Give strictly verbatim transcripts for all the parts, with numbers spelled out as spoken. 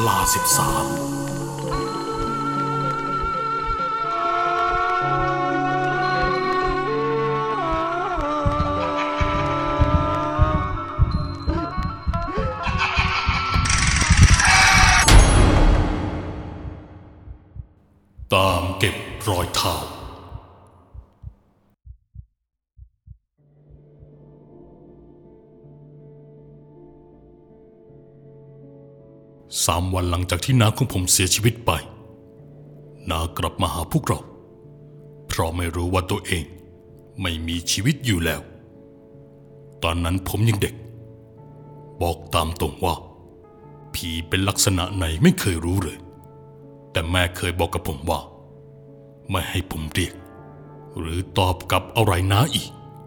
ลาสิบสามตามเก็บรอยเท้าสามวันหลังจากที่น้าของผมเสียชีวิตไปน้ากลับมาหาพวกเราเพราะไม่รู้ว่าตัวเองไม่มีชีวิตอยู่แล้วตอนนั้นผมยังเด็กบอกตามตรงว่าผีเป็นลักษณะไหนไม่เคยรู้เลยแต่แม่เคยบอกกับผมว่าไม่ให้ผมเรียกหรือตอบกับอะไรน้าอีก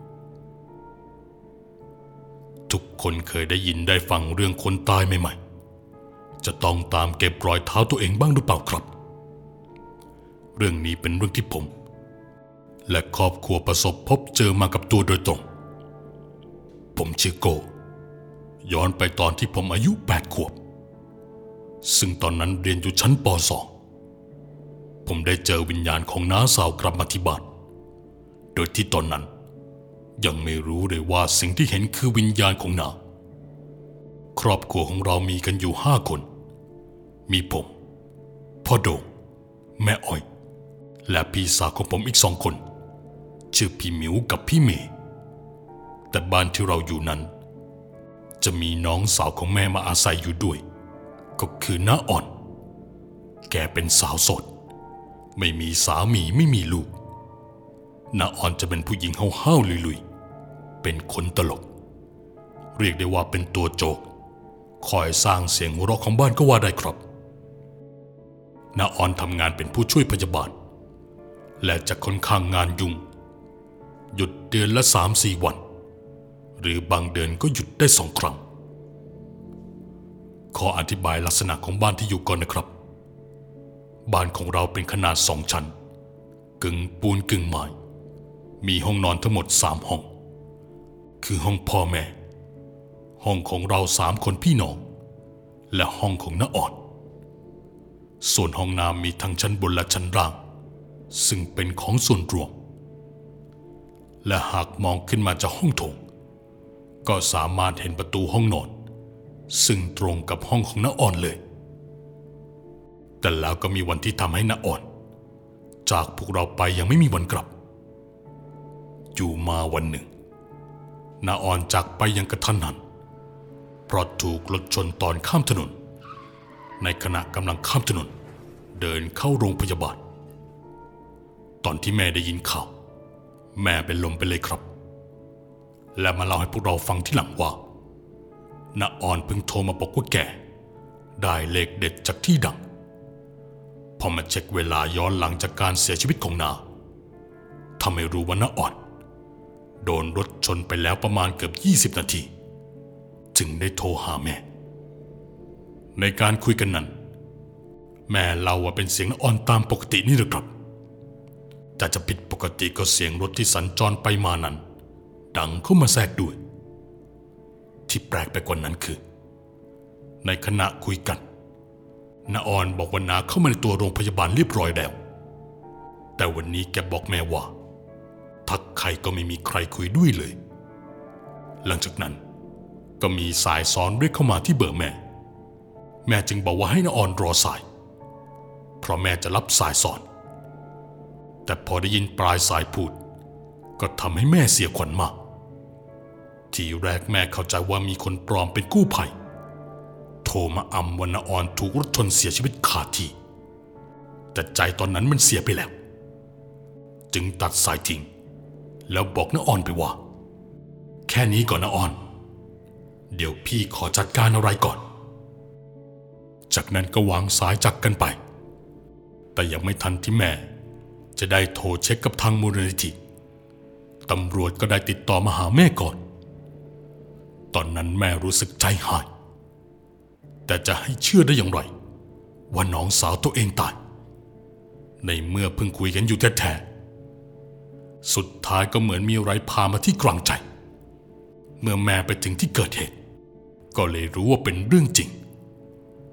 ทุกคนเคยได้ยินได้ฟังเรื่องคนตายใหม่ๆจะต้องตามเก็บรอยเท้าตัวเองบ้างหรือเปล่าครับเรื่องนี้เป็นเรื่องที่ผมและครอบครัวประสบพบเจอมากับตัวโดยตรงผมชื่อโกย้อนไปตอนที่ผมอายุแปดขวบซึ่งตอนนั้นเรียนอยู่ชั้นป สองผมได้เจอวิญญาณของน้าสาวกลับมาที่บ้านโดยที่ตอนนั้นยังไม่รู้เลยว่าสิ่งที่เห็นคือวิญญาณของน้าครอบครัวของเรามีกันอยู่ห้าคนมีผมพ่อโด่งแม่อ้อยและพี่สาวของผมอีกสองคนชื่อพี่หมิวกับพี่เมย์แต่บ้านที่เราอยู่นั้นจะมีน้องสาวของแม่มาอาศัยอยู่ด้วยก็คือน้าอ่อนแกเป็นสาวโสดไม่มีสามีไม่มีลูกน้าอ่อนจะเป็นผู้หญิงห้าวๆลุยๆเป็นคนตลกเรียกได้ว่าเป็นตัวโจกคอยสร้างเสียงหัวเราะของบ้านก็ว่าได้ครับน้าอ่อนทำงานเป็นผู้ช่วยพยาบาลและจะค่อนข้างงานยุ่งหยุดเดือนละ สามถึงสี่ วันหรือบางเดือนก็หยุดได้สองครั้งขออธิบายลักษณะของบ้านที่อยู่ก่อนนะครับบ้านของเราเป็นขนาดสองชั้นกึ่งปูนกึ่งไม้มีห้องนอนทั้งหมดสามห้องคือห้องพ่อแม่ห้องของเราสามคนพี่น้องและห้องของน้าอ่อนส่วนห้องน้ำมีทั้งชั้นบนและชั้นล่างซึ่งเป็นของส่วนรวมและหากมองขึ้นมาจากห้องโถงก็สามารถเห็นประตูห้องนอนซึ่งตรงกับห้องของน้าอ่อนเลยแต่แล้วก็มีวันที่ทำให้น้าอ่อนจากพวกเราไปยังไม่มีวันกลับอยู่มาวันหนึ่งน้าอ่อนจากไปอย่างกระทันหันเพราะถูกรถชนตอนข้ามถนนในขณะกำลังข้ามถนนเดินเข้าโรงพยาบาลตอนที่แม่ได้ยินข่าวแม่เป็นลมไปเลยครับและมาเล่าให้พวกเราฟังที่หลังว่าน้าอ่อนเพิ่งโทรมาบอกว่าแกได้เลขเด็ดจากที่ดังพอมาเช็คเวลาย้อนหลังจากการเสียชีวิตของนาทำให้รู้ว่าน้าอ่อนโดนรถชนไปแล้วประมาณเกือบยี่สิบนาทีจึงได้โทรหาแม่ในการคุยกันนั้นแม่เล่าว่าเป็นเสียงน้าอ่อนตามปกตินี่แหละครับแต่จะผิดปกติก็เสียงรถที่สัญจรไปมานั้นดังเข้ามาแทรกด้วยที่แปลกไปกว่านั้นคือในขณะคุยกันน้าอ่อนบอกว่าน้าเข้ามาในตัวโรงพยาบาลเรียบร้อยแล้วแต่วันนี้แกบอกแม่ว่าทักใครก็ไม่มีใครคุยด้วยเลยหลังจากนั้นก็มีสายซ้อนเรียกเข้ามาที่เบอร์แม่แม่จึงบอกว่าให้น้าอ่อนรอสายเพราะแม่จะรับสายซ้อนแต่พอได้ยินปลายสายพูดก็ทำให้แม่เสียขวัญมากทีแรกแม่เข้าใจว่ามีคนปลอมเป็นกู้ภัยโทรมาอำว่าน้าอ่อนถูกรถชนเสียชีวิตคาที่แต่ใจตอนนั้นมันเสียไปแล้วจึงตัดสายทิ้งแล้วบอกน้าอ่อนไปว่าแค่นี้ก่อนน้าอ่อนเดี๋ยวพี่ขอจัดการอะไรก่อนจากนั้นก็วางสายจากกันไปแต่ยังไม่ทันที่แม่จะได้โทรเช็คกับทางมูลนิธิตำรวจก็ได้ติดต่อมาหาแม่ก่อนตอนนั้นแม่รู้สึกใจหายแต่จะให้เชื่อได้อย่างไรว่าน้องสาวตัวเองตายในเมื่อเพิ่งคุยกันอยู่แท้ๆสุดท้ายก็เหมือนมีอะไรพามาที่กลางใจเมื่อแม่ไปถึงที่เกิดเหตุก็เลยรู้ว่าเป็นเรื่องจริง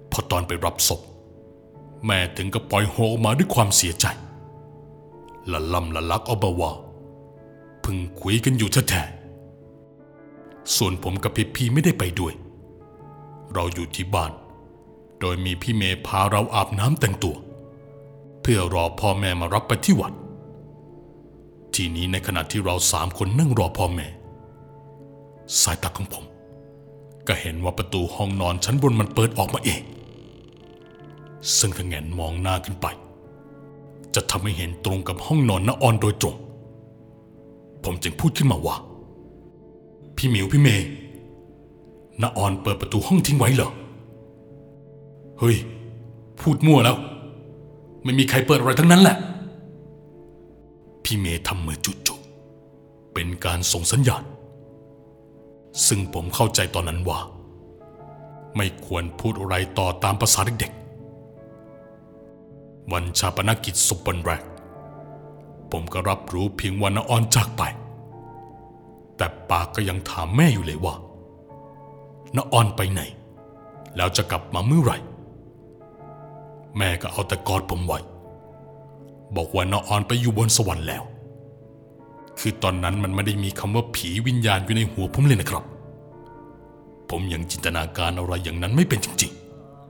พอตอนไปรับศพแม่ถึงกับปล่อยโฮออกมาด้วยความเสียใจละล่ำละลักเอาบ่าว่าเพิ่งคุยกันอยู่แท้ๆส่วนผมกับพี่พีไม่ได้ไปด้วยเราอยู่ที่บ้านโดยมีพี่เมย์พาเราอาบน้ำแต่งตัวเพื่อรอพ่อแม่มารับไปที่วัดทีนี้ในขณะที่เราสามคนนั่งรอพ่อแม่สายตาของผมก็เห็นว่าประตูห้องนอนชั้นบนมันเปิดออกมาเองซึ่งถ้าแงนมองหน้าขึ้นไปจะทำให้เห็นตรงกับห้องนอนน้าออนโดยตรงผมจึงพูดขึ้นมาว่าพี่หมิวพี่เมย์น้าออนเปิดประตูห้องทิ้งไว้เหรอเฮ้ยพูดมั่วแล้วไม่มีใครเปิดอะไรทั้งนั้นแหละพี่เมย์ทำมือจุ๊ๆเป็นการส่งสัญญาณซึ่งผมเข้าใจตอนนั้นว่าไม่ควรพูดอะไรต่อตามภาษาเด็กๆวันชาปนกิจศพวันแรกผมก็รับรู้เพียงว่าน้าออนจากไปแต่ปากก็ยังถามแม่อยู่เลยว่าน้าออนไปไหนแล้วจะกลับมาเมื่อไหร่แม่ก็เอาแต่กอดผมไว้บอกว่าน้าออนไปอยู่บนสวรรค์แล้วคือตอนนั้นมันไม่ได้มีคำว่าผีวิญญาณอยู่ในหัวผมเลยนะครับผมยังจินตนาการอะไรอย่างนั้นไม่เป็นจริง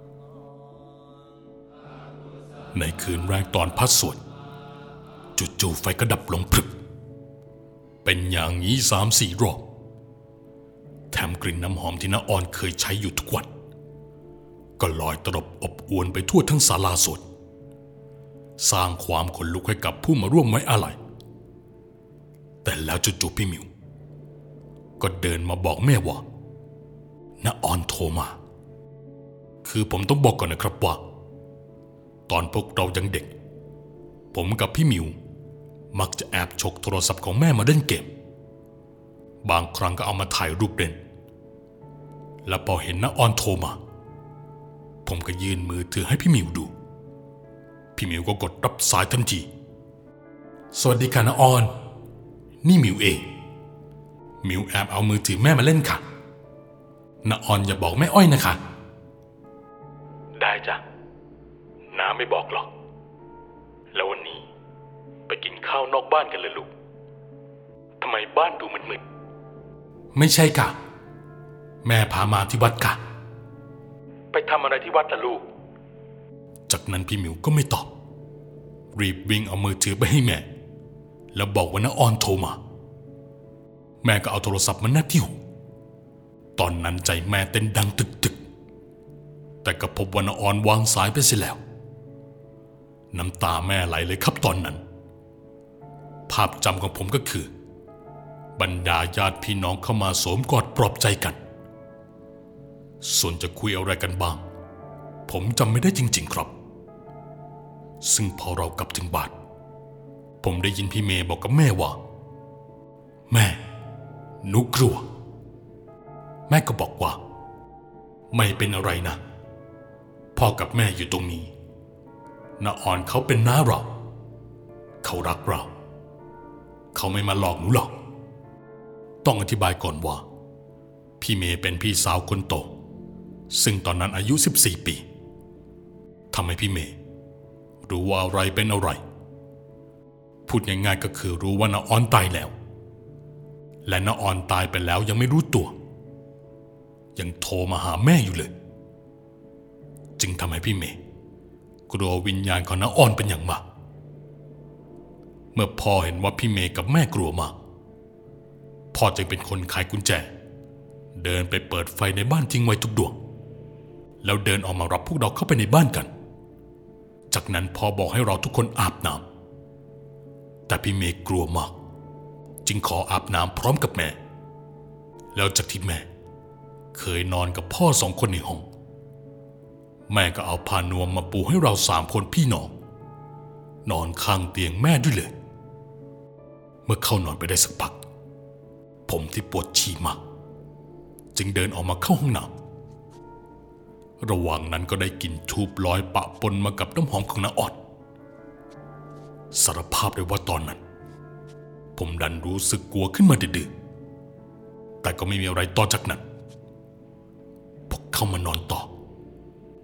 ๆในคืนแรกตอนพัดสวดจู่ๆไฟก็ดับลงพรึบเป็นอย่างนี้สามสี่รอบแถมกลิ่นน้ำหอมที่น้าออนเคยใช้อยู่ทุกวันก็ลอยตลบอบอวนไปทั่วทั้งศาลาสวดสร้างความขนลุกให้กับผู้มาร่วมไว้อาลัยแต่แล้วจู่ๆพี่มิวก็เดินมาบอกแม่ว่าน้าออนโทรมาคือผมต้องบอกก่อนนะครับว่าตอนพวกเรายังเด็กผมกับพี่มิวมักจะแอบฉกโทรศัพท์ของแม่มาเล่นเกมบางครั้งก็เอามาถ่ายรูปเล่นและพอเห็นน้าออนโทรมาผมก็ยื่นมือถือให้พี่มิวดูพี่มิวก็กดรับสายทันทีสวัสดีค่ะน้าออนนี่มิวเองมิวแอบเอามือถือแม่มาเล่นค่ะน้าออนอย่าบอกแม่อ้อยนะคะได้จ้ะน้าไม่บอกหรอกแล้ววันนี้ไปกินข้าวนอกบ้านกันเลยลูกทำไมบ้านดูมืดๆไม่ใช่ค่ะแม่พามาที่วัดค่ะไปทำอะไรที่วัดล่ะลูกจากนั้นพี่มิวก็ไม่ตอบรีบวิ่งเอามือถือไปให้แม่แล้วบอกว่าน้าออนโทรมาแม่ก็เอาโทรศัพท์มาแนบที่หูตอนนั้นใจแม่เต้นดังตึกๆแต่ก็พบว่าน้าออนวางสายไปเสียแล้วน้ำตาแม่ไหลเลยครับตอนนั้นภาพจำของผมก็คือบรรดาญาติพี่น้องเข้ามาสวมกอดปลอบใจกันส่วนจะคุยอะไรกันบ้างผมจำไม่ได้จริงๆครับซึ่งพอเรากลับถึงบ้านผมได้ยินพี่เมย์บอกกับแม่ว่าแม่หนูกลัวแม่ก็บอกว่าไม่เป็นอะไรนะพ่อกับแม่อยู่ตรงนี้น้าออนเขาเป็นน้าเราเขารักเราเขาไม่มาหลอกหนูหรอกต้องอธิบายก่อนว่าพี่เมย์เป็นพี่สาวคนโตซึ่งตอนนั้นอายุสิบสี่ปีทำให้พี่เมย์รู้ว่าอะไรเป็นอะไรพูดง่ายๆก็คือรู้ว่าน้าออนตายแล้วและน้าออนตายไปแล้วยังไม่รู้ตัวยังโทรมาหาแม่อยู่เลยจึงทำให้พี่เมย์กลัววิญญาณของน้าออนเป็นอย่างมากเมื่อพ่อเห็นว่าพี่เมย์กับแม่กลัวมากพ่อจึงเป็นคนไขกุญแจเดินไปเปิดไฟในบ้านทิ้งไว้ทุกดวงแล้วเดินออกมารับพวกเราเข้าไปในบ้านกันจากนั้นพ่อบอกให้เราทุกคนอาบน้ำแต่พี่เมย์กลัวมากจึงขออาบน้ำพร้อมกับแม่แล้วจากที่แม่เคยนอนกับพ่อสองคนในห้องแม่ก็เอาผ้านวมมาปูให้เราสามคนพี่น้องนอนข้างเตียงแม่ด้วยเลยเมื่อเข้านอนไปได้สักพักผมที่ปวดฉี่มากจึงเดินออกมาเข้าห้องน้ำระหว่างนั้นก็ได้กลิ่นทูบลอยปะปนมากับน้ำหอมของน้าออดสารภาพเลยว่าตอนนั้นผมดันรู้สึกกลัวขึ้นมาดื้อๆแต่ก็ไม่มีอะไรต่อจากนั้นพอเข้ามานอนต่อ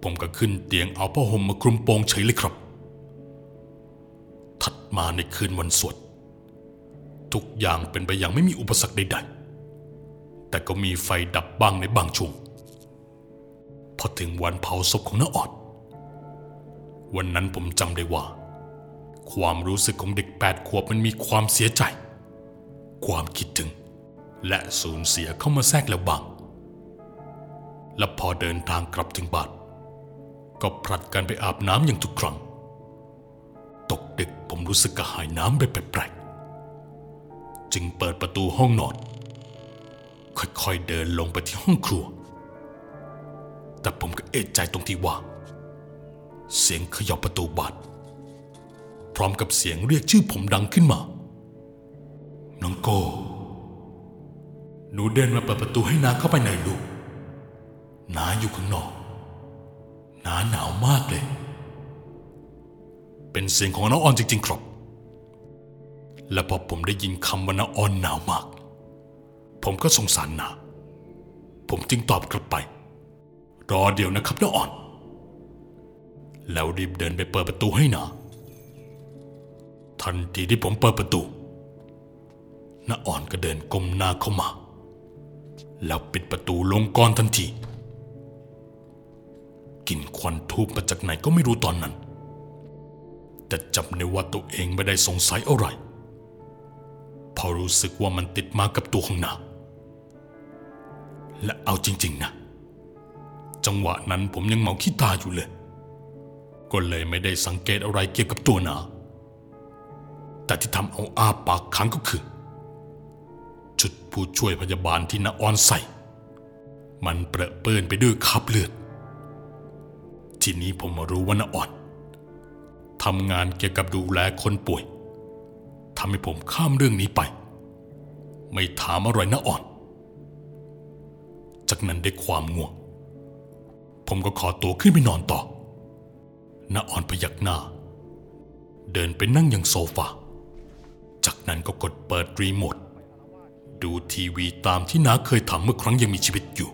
ผมก็ขึ้นเตียงเอาผ้าห่มมาคลุมโปงเฉยเลยครับถัดมาในคืนวันสวดทุกอย่างเป็นไปอย่างไม่มีอุปสรรคใดๆแต่ก็มีไฟดับบ้างในบางช่วงพอถึงวันเผาศพของน้าออดวันนั้นผมจำได้ว่าความรู้สึกของเด็กแปดขวบมันมีความเสียใจความคิดถึงและสูญเสียเข้ามาแทรกแล้วบ้างและพอเดินทางกลับถึงบ้านก็ผลัดกันไปอาบน้ำอย่างทุกครั้งตกดึกผมรู้สึกกระหายน้ำไปแปลกๆจึงเปิดประตูห้องนอนค่อยๆเดินลงไปที่ห้องครัวแต่ผมก็เอะใจตรงที่ว่าเสียงเขย่าประตูบ้านพร้อมกับเสียงเรียกชื่อผมดังขึ้นมาน้องโก้หนูเดินมาเปิดประตูให้น้าเข้าไปในลูกน้าอยู่ข้างนอกน้าหนาวมากเลยเป็นเสียงของน้าออนจริงๆครับและพอผมได้ยินคำว่าน้าออนหนาวมากผมก็สงสารน้าผมจึงตอบกลับไปรอเดี๋ยวนะครับน้าออนแล้วรีบเดินไปเปิดประตูให้น้าทันทีที่ผมเปิดประตูน้าอ่อนก็เดินก้มหน้าเข้ามาแล้วปิดประตูลงก่อนทันทีกลิ่นควันทูบมาจากไหนก็ไม่รู้ตอนนั้นแต่จำได้ว่าตัวเองไม่ได้สงสัยอะไรพอรู้สึกว่ามันติดมากับตัวของน้าและเอาจริงๆนะจังหวะนั้นผมยังเมาขี้ตาอยู่เลยก็เลยไม่ได้สังเกตอะไรเกี่ยวกับตัวน้าแต่ที่ทำเอาอ้าปากค้างก็คือชุดผู้ช่วยพยาบาลที่น้าออนใส่มันเปรอะเปื้อนไปด้วยคราบเลือดทีนี้ผมมารู้ว่าน้าออนทำงานเกี่ยวกับดูแลคนป่วยทำให้ผมข้ามเรื่องนี้ไปไม่ถามอะไรน้าออนจากนั้นด้วยความง่วงผมก็ขอตัวขึ้นไปนอนต่อน้าออนพยักหน้าเดินไปนั่งยังโซฟาจากนั้นก็กดเปิดรีโมทดูทีวีตามที่น้าเคยทำเมื่อครั้งยังมีชีวิตอยู่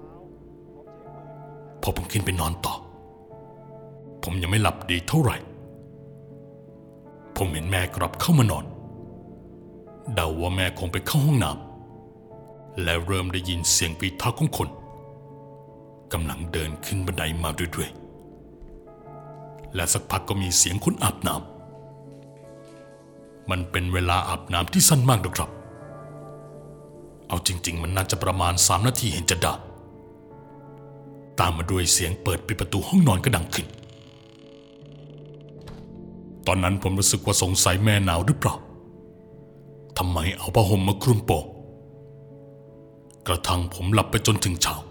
พอผมขึ้นไปนอนต่อผมยังไม่หลับดีเท่าไหร่ผมเห็นแม่กลับเข้ามานอนเดาว่าแม่คงไปเข้าห้องน้ำและเริ่มได้ยินเสียงฝีเท้าของคนกำลังเดินขึ้นบันไดมาเรื่อยๆและสักพักก็มีเสียงคนอาบน้ำมันเป็นเวลาอาบน้ำที่สั้นมากนะครับเอาจริงๆมันน่าจะประมาณสามนาทีเห็นจะได้ตามมาด้วยเสียงเปิดปิดประตูห้องนอนก็ดังขึ้นตอนนั้นผมรู้สึกว่าสงสัยแม่หนาวหรือเปล่าทำไมเอาผ้าห่มมาคลุมโปงกระทั่งผมหลับไปจนถึงเช้า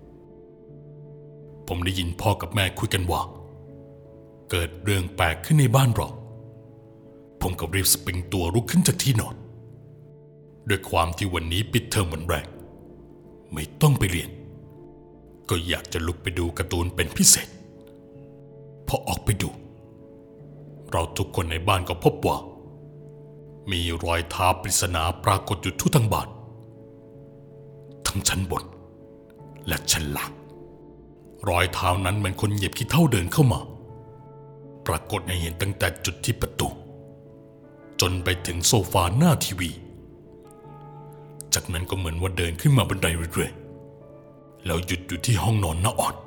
ผมได้ยินพ่อกับแม่คุยกันว่าเกิดเรื่องแปลกขึ้นในบ้านเราผมก็รีบสปริงตัวลุกขึ้นจากที่นอนด้วยความที่วันนี้ปิดเทอมวันแรกไม่ต้องไปเรียนก็อยากจะลุกไปดูการ์ตูนเป็นพิเศษพอออกไปดูเราทุกคนในบ้านก็พบว่ามีรอยเท้าปริศนาปรากฏอยู่ทั่วทั้งบ้านทั้งชั้นบนและชั้นล่างรอยเท้านั้นเหมือนคนเหยียบขี้เถ้าเดินเข้ามาปรากฏให้เห็นตั้งแต่จุดที่ประตูจนไปถึงโซฟาหน้าทีวีจากนั้นก็เหมือนว่าเดินขึ้นมาบันไดเรื่อยๆแล้วหยุดอยู่ที่ห้องนอนน้าอ่อน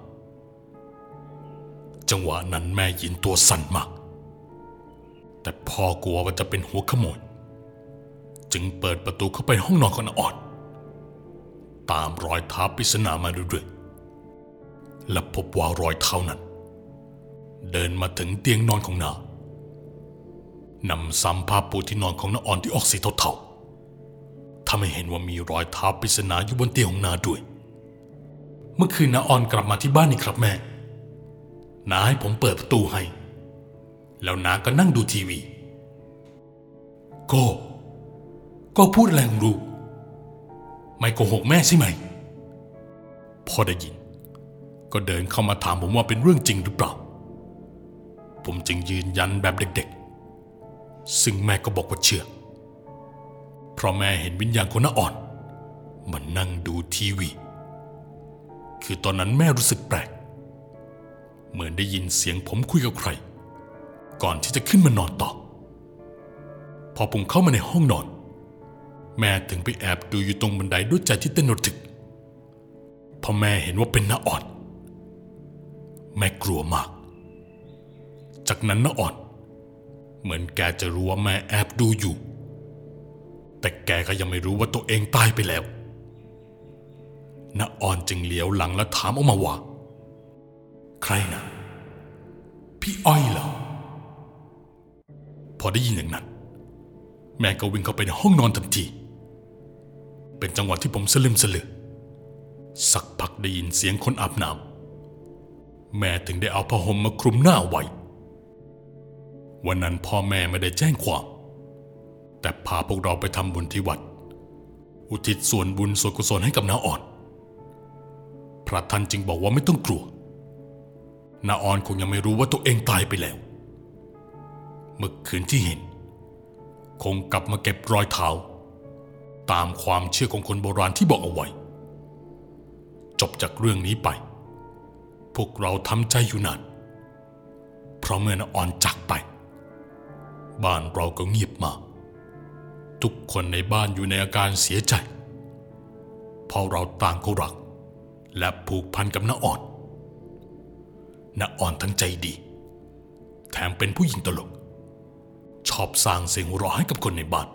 จังหวะนั้นแม่ยินตัวสั่นมากแต่พ่อกลัวว่าจะเป็นหัวขโมยจึงเปิดประตูเข้าไปห้องนอนของน้าอ่อนตามรอยเท้าปริศนามาเรื่อยๆและพบว่ารอยเท้านั้นเดินมาถึงเตียงนอนของน้านำซ้ำผ้าปูที่นอนของน้าอ่อนที่ออกสีเทาๆทำให้เห็นว่ามีรอยเท้าปริศนาอยู่บนเตียงของน้าด้วยเมื่อคืนน้าอ่อนกลับมาที่บ้านนี่ครับแม่น้าให้ผมเปิดประตูให้แล้วน้าก็นั่งดูทีวีก็ก็พูดอะไรของลูกไม่โกหกแม่ใช่ไหมพอได้ยินก็เดินเข้ามาถามผมว่าเป็นเรื่องจริงหรือเปล่าผมจึงยืนยันแบบเด็กๆซึ่งแม่ก็บอกว่าเชื่อเพราะแม่เห็นวิญญาณของน้าอ่อนมันนั่งดูทีวีคือตอนนั้นแม่รู้สึกแปลกเหมือนได้ยินเสียงผมคุยกับใครก่อนที่จะขึ้นมานอนต่อพอผมเข้ามาในห้องนอนแม่ถึงไปแอบดูอยู่ตรงบันไดด้วยใจที่เต้นระทึกพอแม่เห็นว่าเป็นน้าอ่อนแม่กลัวมากจากนั้นน้าอ่อนเหมือนแกจะรู้ว่าแม่แอบดูอยู่แต่แกก็ยังไม่รู้ว่าตัวเองตายไปแล้วน้าอ่อนจึงเหลียวหลังและถามออกมาว่าใครนะพี่อ้อยเหรอพอได้ยินอย่างนั้นแม่ก็วิ่งเข้าไปในห้องนอนทันทีเป็นจังหวะที่ผมสลึมสลือสักพักได้ยินเสียงคนอาบน้ำแม่ถึงได้เอาผ้าห่มมาคลุมหน้าไว้วันนั้นพ่อแม่ไม่ได้แจ้งความแต่พาพวกเราไปทำบุญที่วัดอุทิศส่วนบุญส่วนกุศลให้กับน้าอ่อนพระท่านจึงบอกว่าไม่ต้องกลัวน้าอ่อนคงยังไม่รู้ว่าตัวเองตายไปแล้วเมื่อคืนที่เห็นคงกลับมาเก็บรอยเท้าตามความเชื่อของคนโบราณที่บอกเอาไว้จบจากเรื่องนี้ไปพวกเราทำใจอยู่นานเพราะเมื่อน้าอ่อนจากไปบ้านเราก็เงียบมากทุกคนในบ้านอยู่ในอาการเสียใจเพราะเราต่างก็รักและผูกพันกับน้าอ่อนน้าอ่อนทั้งใจดีแถมเป็นผู้หญิงตลกชอบสร้างเสียงหัวเราะให้กับคนในบ้าน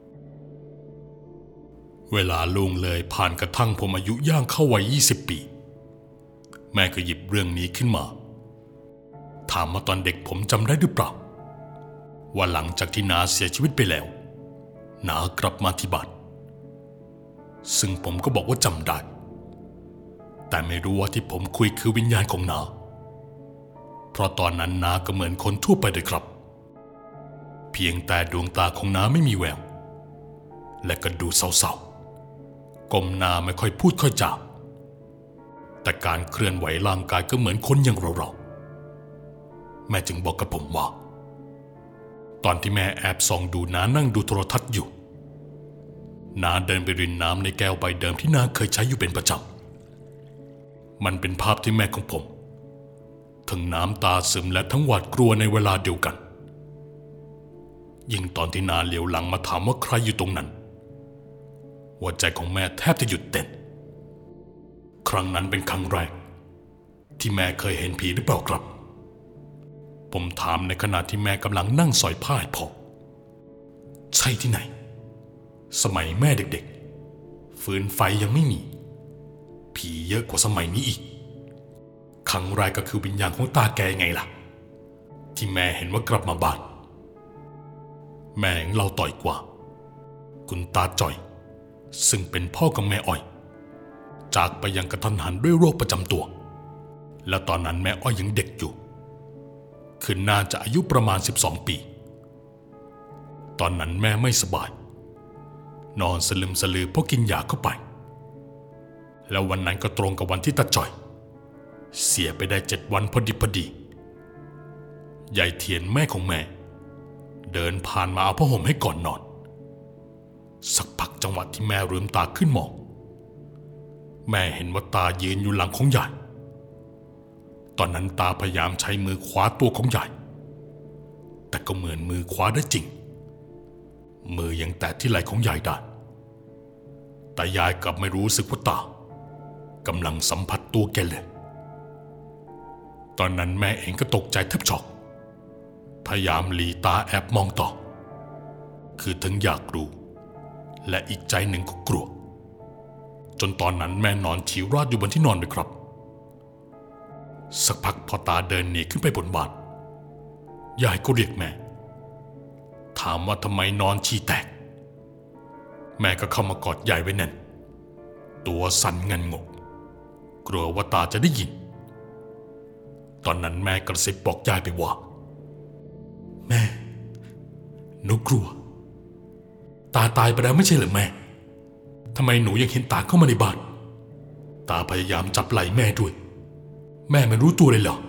เวลาล่วงเลยผ่านกระทั่งผมอายุย่างเข้าวัยยี่สิบปีแม่ก็หยิบเรื่องนี้ขึ้นมาถามมาตอนเด็กผมจำได้หรือเปล่าว่าหลังจากที่น้าเสียชีวิตไปแล้วน้ากลับมาที่บ้านซึ่งผมก็บอกว่าจำได้แต่ไม่รู้ว่าที่ผมคุยคือวิญญาณของน้าเพราะตอนนั้นน้าก็เหมือนคนทั่วไปเลยครับเพียงแต่ดวงตาของน้าไม่มีแววและก็ดูเศร้าๆก้มหน้าไม่ค่อยพูดค่อยจาแต่การเคลื่อนไหวร่างกายก็เหมือนคนอย่างเราๆแม่จึงบอกกับผมว่าตอนที่แม่แอบส่องดูน้านั่งดูโทรทัศน์อยู่น้าเดินไปรินน้ำในแก้วใบเดิมที่น้าเคยใช้อยู่เป็นประจำมันเป็นภาพที่แม่ของผมทั้งน้ำตาซึมและทั้งหวาดกลัวในเวลาเดียวกันยิ่งตอนที่น้าเหลียวหลังมาถามว่าใครอยู่ตรงนั้นหัวใจของแม่แทบจะหยุดเต้นครั้งนั้นเป็นครั้งแรกที่แม่เคยเห็นผีหรือเปล่าครับผมถามในขณะที่แม่กำลังนั่งสอยผ้าให้พ่อใช่ที่ไหนสมัยแม่เด็กๆฟืนไฟยังไม่มีผีเยอะกว่าสมัยนี้อีกครั้งแรกก็คือวิญญาณของตาแกไงล่ะที่แม่เห็นว่ากลับมาบ้านแม่เล่าต่อยกว่าคุณตาจ่อยซึ่งเป็นพ่อกับแม่อ้อยจากไปยังกระทันหันด้วยโรคประจำตัวและตอนนั้นแม่อ้อยยังเด็กอยู่คือน่าจะอายุประมาณสิบสองปีตอนนั้นแม่ไม่สบายนอนสลึมสลือเพราะกินยาเข้าไปแล้ววันนั้นก็ตรงกับวันที่ตาจ่อยเสียไปได้เจ็ดวันพอดีพอดียายเทียนแม่ของแม่เดินผ่านมาเอาผ้าห่มให้ก่อนนอนสักพักจังหวะที่แม่ลืมตาขึ้นมองแม่เห็นว่าตายืนอยู่หลังของยายตอนนั้นตาพยายามใช้มือขวาตัวของยายแต่ก็เหมือนมือขวาได้จริงมือยังแตะที่ไหล่ของยายได้แต่ยายกลับไม่รู้สึกว่าตากำลังสัมผัสตัวแกเลยตอนนั้นแม่เองก็ตกใจแทบช็อกพยายามหลีตาแอบมองต่อคือทั้งอยากรู้และอีกใจหนึ่งก็กลัวจนตอนนั้นแม่นอนฉี่ราดอยู่บนที่นอนเลยครับสักพักพอตาเดินหนีขึ้นไปบนบ้านยายก็เรียกแม่ถามว่าทำไมนอนฉี่แตกแม่ก็เข้ามากอดยายไว้แน่นตัวสั่นงันงกกลัวว่าตาจะได้ยินตอนนั้นแม่กระซิบบอกยายไปว่าแม่หนูกลัวตาตายไปแล้วไม่ใช่เหรอแม่ทำไมหนูยังเห็นตาเข้ามาในบ้านตาพยายามจับไหล่แม่ด้วยแม่ไม่รู้ตัวเลยเหรอ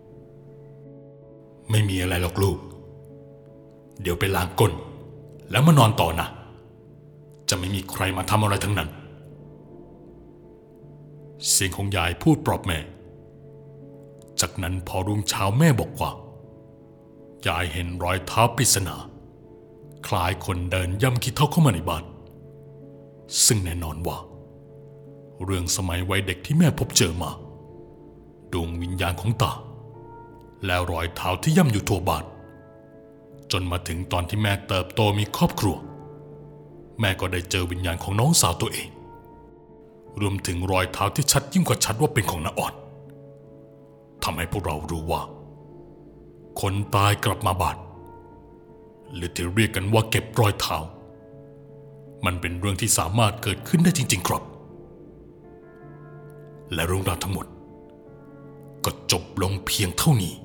ไม่มีอะไรหรอกลูกเดี๋ยวไปล้างก้นแล้วมานอนต่อนะจะไม่มีใครมาทำอะไรทั้งนั้นเสียงของยายพูดปลอบแม่จจากนั้นพอรุ่งเช้าแม่บอกว่ายายเห็นรอยเท้าปริศนาคล้ายคนเดินย่ำขี้เถ้าเข้ามาในบ้านซึ่งแน่นอนว่าเรื่องสมัยวัยเด็กที่แม่พบเจอมาดวงวิญญาณของตาและรอยเท้าที่ย่ำอยู่ทั่วบ้านจนมาถึงตอนที่แม่เติบโตมีครอบครัวแม่ก็ได้เจอวิญญาณของน้องสาวตัวเองรวมถึงรอยเท้าที่ชัดยิ่งกว่าชัดว่าเป็นของน้าอ่อนทำให้พวกเรารู้ว่าคนตายกลับมาบ้านหรือที่เรียกกันว่าเก็บรอยเท้ามันเป็นเรื่องที่สามารถเกิดขึ้นได้จริงๆครับและเรื่องราวทั้งหมดก็จบลงเพียงเท่านี้